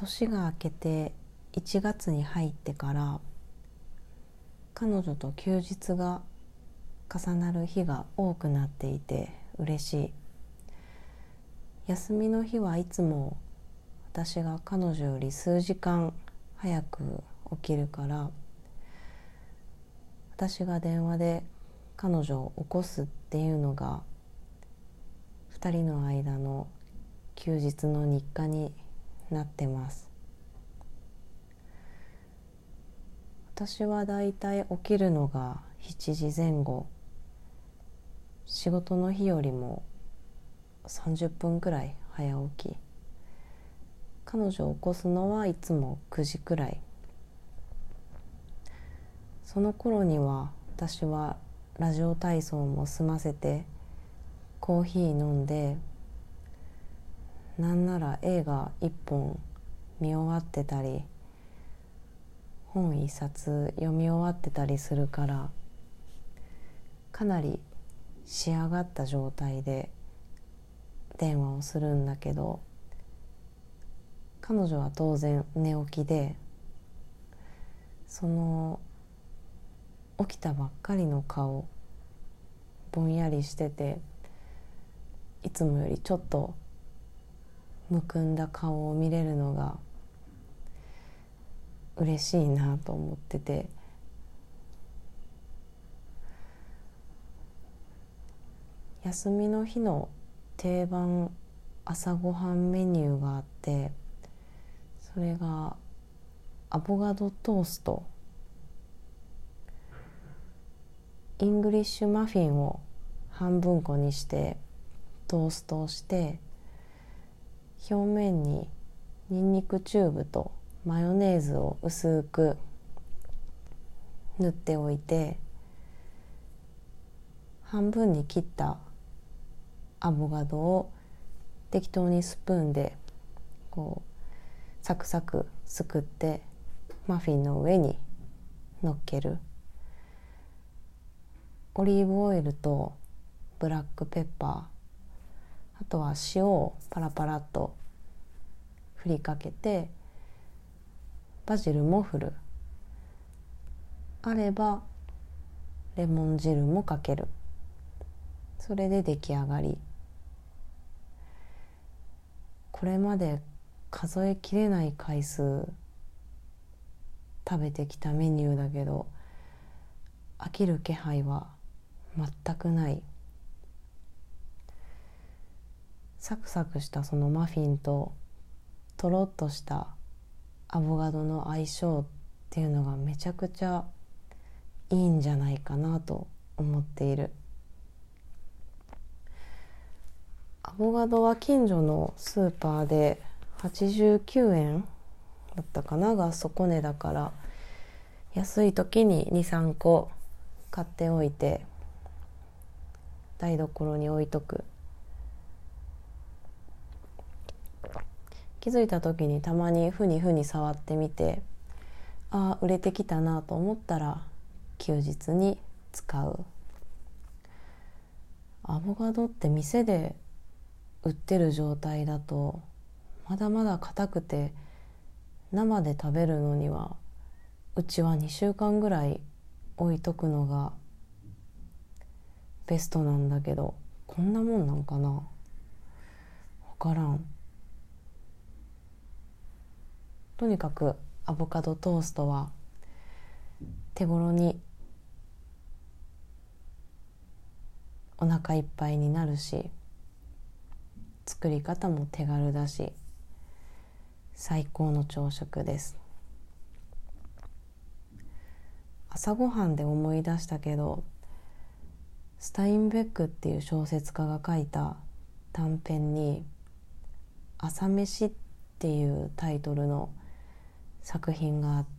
年が明けて1月に入ってから彼女と休日が重なる日が多くなっていて嬉しい。休みの日はいつも私が彼女より数時間早く起きるから、私が電話で彼女を起こすっていうのが2人の間の休日の日課になってます。私はだいたい起きるのが7時前後、仕事の日よりも30分くらい早起き。彼女を起こすのはいつも9時くらい。その頃には私はラジオ体操も済ませてコーヒー飲んで、なんなら映画1本見終わってたり本1冊読み終わってたりするから、かなり仕上がった状態で電話をするんだけど、彼女は当然寝起きで、その起きたばっかりの顔、ぼんやりしてて、いつもよりちょっとむくんだ顔を見れるのが嬉しいなと思ってて、休みの日の定番朝ごはんメニューがあって、それがアボカドトースト。イングリッシュマフィンを半分こにしてトーストをして、表面にニンニクチューブとマヨネーズを薄く塗っておいて、半分に切ったアボカドを適当にスプーンでこうサクサクすくってマフィンの上に乗っける。オリーブオイルとブラックペッパー、あとは塩をパラパラっと振りかけて、バジルも振る。あればレモン汁もかける。それで出来上がり。これまで数えきれない回数食べてきたメニューだけど、飽きる気配は全くない。サクサクしたそのマフィンととろっとしたアボカドの相性っていうのがめちゃくちゃいいんじゃないかなと思っている。アボカドは近所のスーパーで89円だったかなが底値だから、安い時に 2,3 個買っておいて台所に置いとく。気づいた時にたまにふにふに触ってみて、ああ売れてきたなと思ったら休日に使う。アボカドって店で売ってる状態だとまだまだ硬くて、生で食べるのにはうちは2週間ぐらい置いとくのがベストなんだけど、こんなもんなんかな、わからん。とにかくアボカドトーストは手頃にお腹いっぱいになるし、作り方も手軽だし、最高の朝食です。朝ごはんで思い出したけど、スタインベックっていう小説家が書いた短編に朝飯っていうタイトルの作品があって、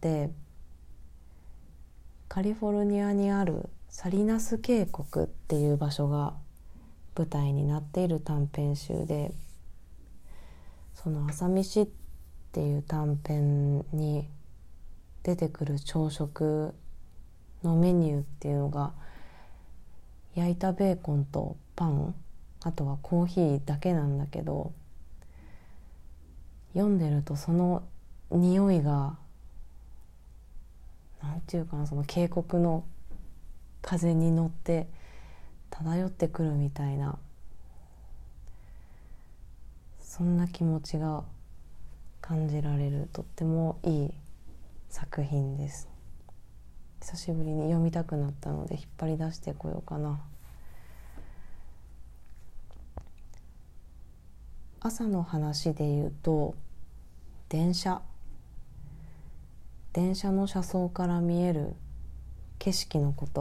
カリフォルニアにあるサリナス渓谷っていう場所が舞台になっている短編集で、その朝飯っていう短編に出てくる朝食のメニューっていうのが焼いたベーコンとパン、あとはコーヒーだけなんだけど、読んでるとその匂いがなんていうかな、その渓谷の風に乗って漂ってくるみたいな、そんな気持ちが感じられるとってもいい作品です。久しぶりに読みたくなったので引っ張り出してこようかな。朝の話で言うと、電車の車窓から見える景色のこと、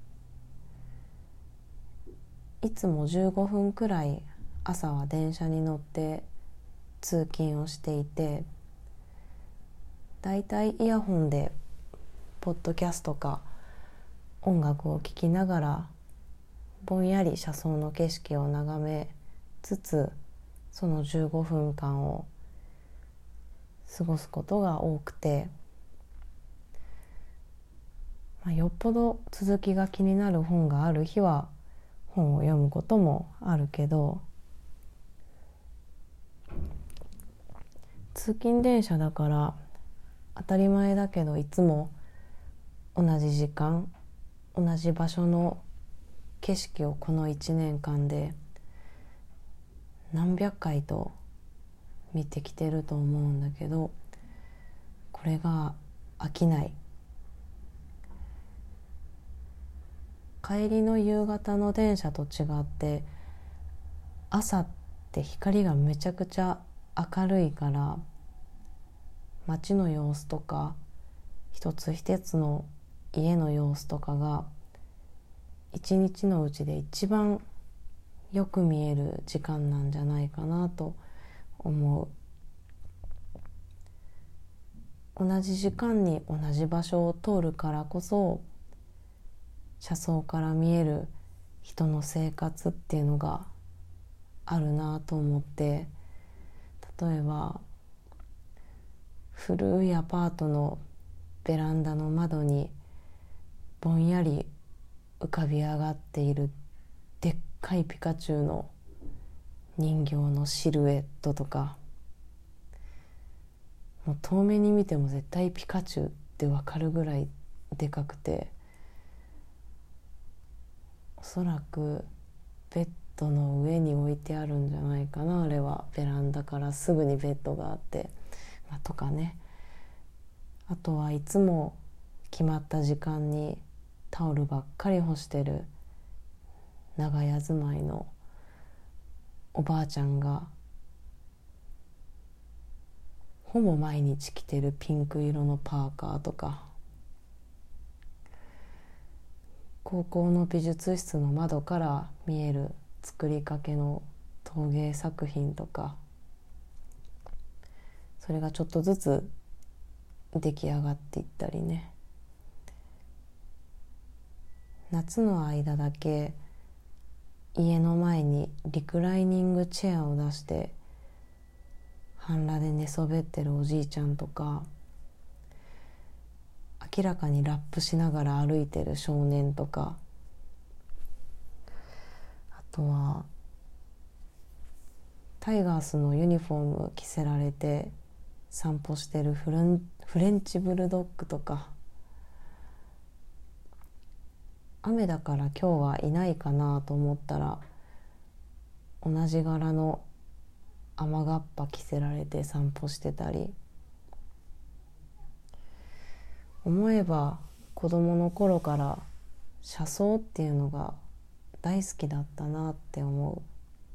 いつも15分くらい朝は電車に乗って通勤をしていて、だいたいイヤホンでポッドキャストか音楽を聴きながらぼんやり車窓の景色を眺めつつ、その15分間を過ごすことが多くて、よっぽど続きが気になる本がある日は本を読むこともあるけど、通勤電車だから当たり前だけど、いつも同じ時間同じ場所の景色をこの1年間で何百回と見てきてると思うんだけど、これが飽きない。帰りの夕方の電車と違って、朝って光がめちゃくちゃ明るいから、街の様子とか一つ一つの家の様子とかが一日のうちで一番よく見える時間なんじゃないかなと思う。同じ時間に同じ場所を通るからこそ、車窓から見える人の生活っていうのがあるなと思って、例えば古いアパートのベランダの窓にぼんやり浮かび上がっているでっかいピカチュウの人形のシルエットとか、もう遠目に見ても絶対ピカチュウってわかるぐらいでかくて、おそらくベッドの上に置いてあるんじゃないかな。あれはベランダからすぐにベッドがあって、とかね。あとはいつも決まった時間にタオルばっかり干してる長屋住まいのおばあちゃんがほぼ毎日着てるピンク色のパーカーとか、高校の美術室の窓から見える作りかけの陶芸作品とか、それがちょっとずつ出来上がっていったりね。夏の間だけ家の前にリクライニングチェアを出して半裸で寝そべってるおじいちゃんとか、明らかにラップしながら歩いてる少年とか、あとはタイガースのユニフォーム着せられて散歩してるフレンチブルドッグとか、雨だから今日はいないかなと思ったら同じ柄の雨がっぱ着せられて散歩してたり、思えば子供の頃から車窓っていうのが大好きだったなって思う。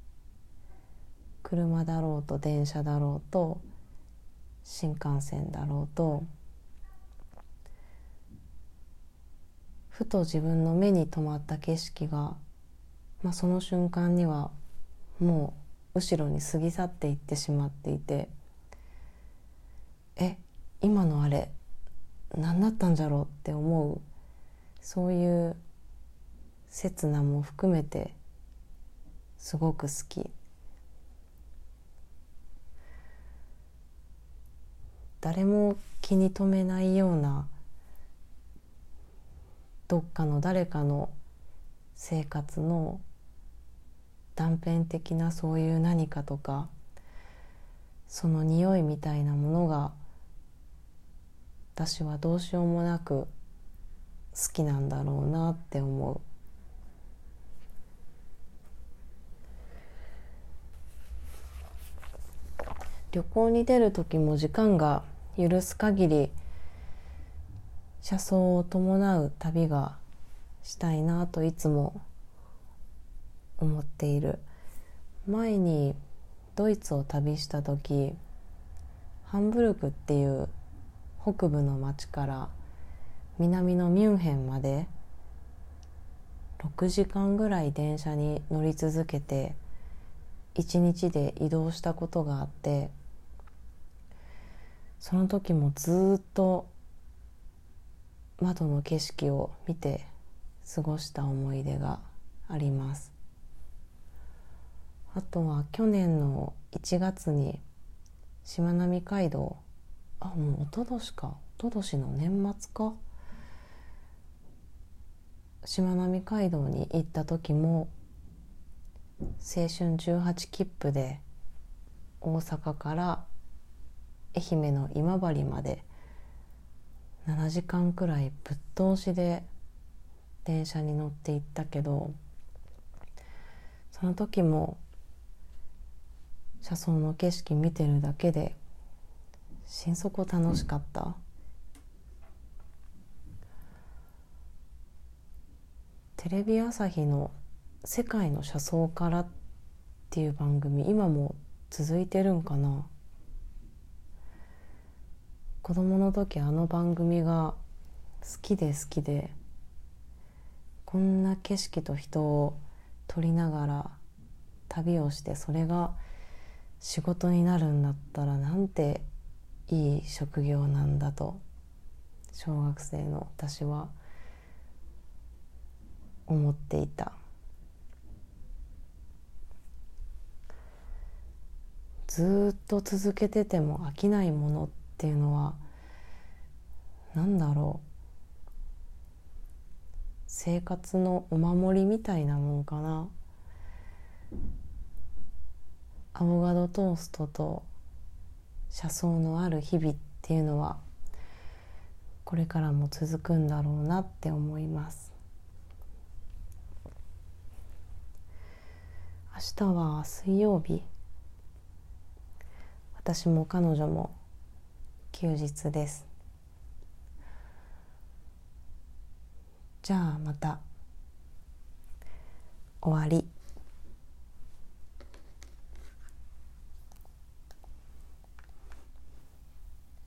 車だろうと電車だろうと新幹線だろうと、ふと自分の目に留まった景色が、その瞬間にはもう後ろに過ぎ去っていってしまっていて、今のあれ何だったんじゃろうって思う、そういう刹那も含めてすごく好き。誰も気に留めないようなどっかの誰かの生活の断片的なそういう何かとか、その匂いみたいなものが私はどうしようもなく好きなんだろうなって思う。旅行に出る時も時間が許す限り車窓を伴う旅がしたいなといつも思っている。前にドイツを旅した時、ハンブルクっていう北部の町から南のミュンヘンまで6時間ぐらい電車に乗り続けて1日で移動したことがあって、その時もずっと窓の景色を見て過ごした思い出があります。あとは去年の1月にしまなみ海道、もう一昨年の年末か、しまなみ海道に行った時も青春18切符で大阪から愛媛の今治まで7時間くらいぶっ通しで電車に乗って行ったけど、その時も車窓の景色見てるだけで心底楽しかった。テレビ朝日の世界の車窓からっていう番組、今も続いてるんかな。子供の時あの番組が好きで、こんな景色と人を撮りながら旅をして、それが仕事になるんだったらなんていい職業なんだと小学生の私は思っていた。ずっと続けてても飽きないものっていうのは何だろう、生活のお守りみたいなもんかな。アボカドトーストと車窓のある日々っていうのはこれからも続くんだろうなって思います。明日は水曜日、私も彼女も休日です。じゃあまた。終わり。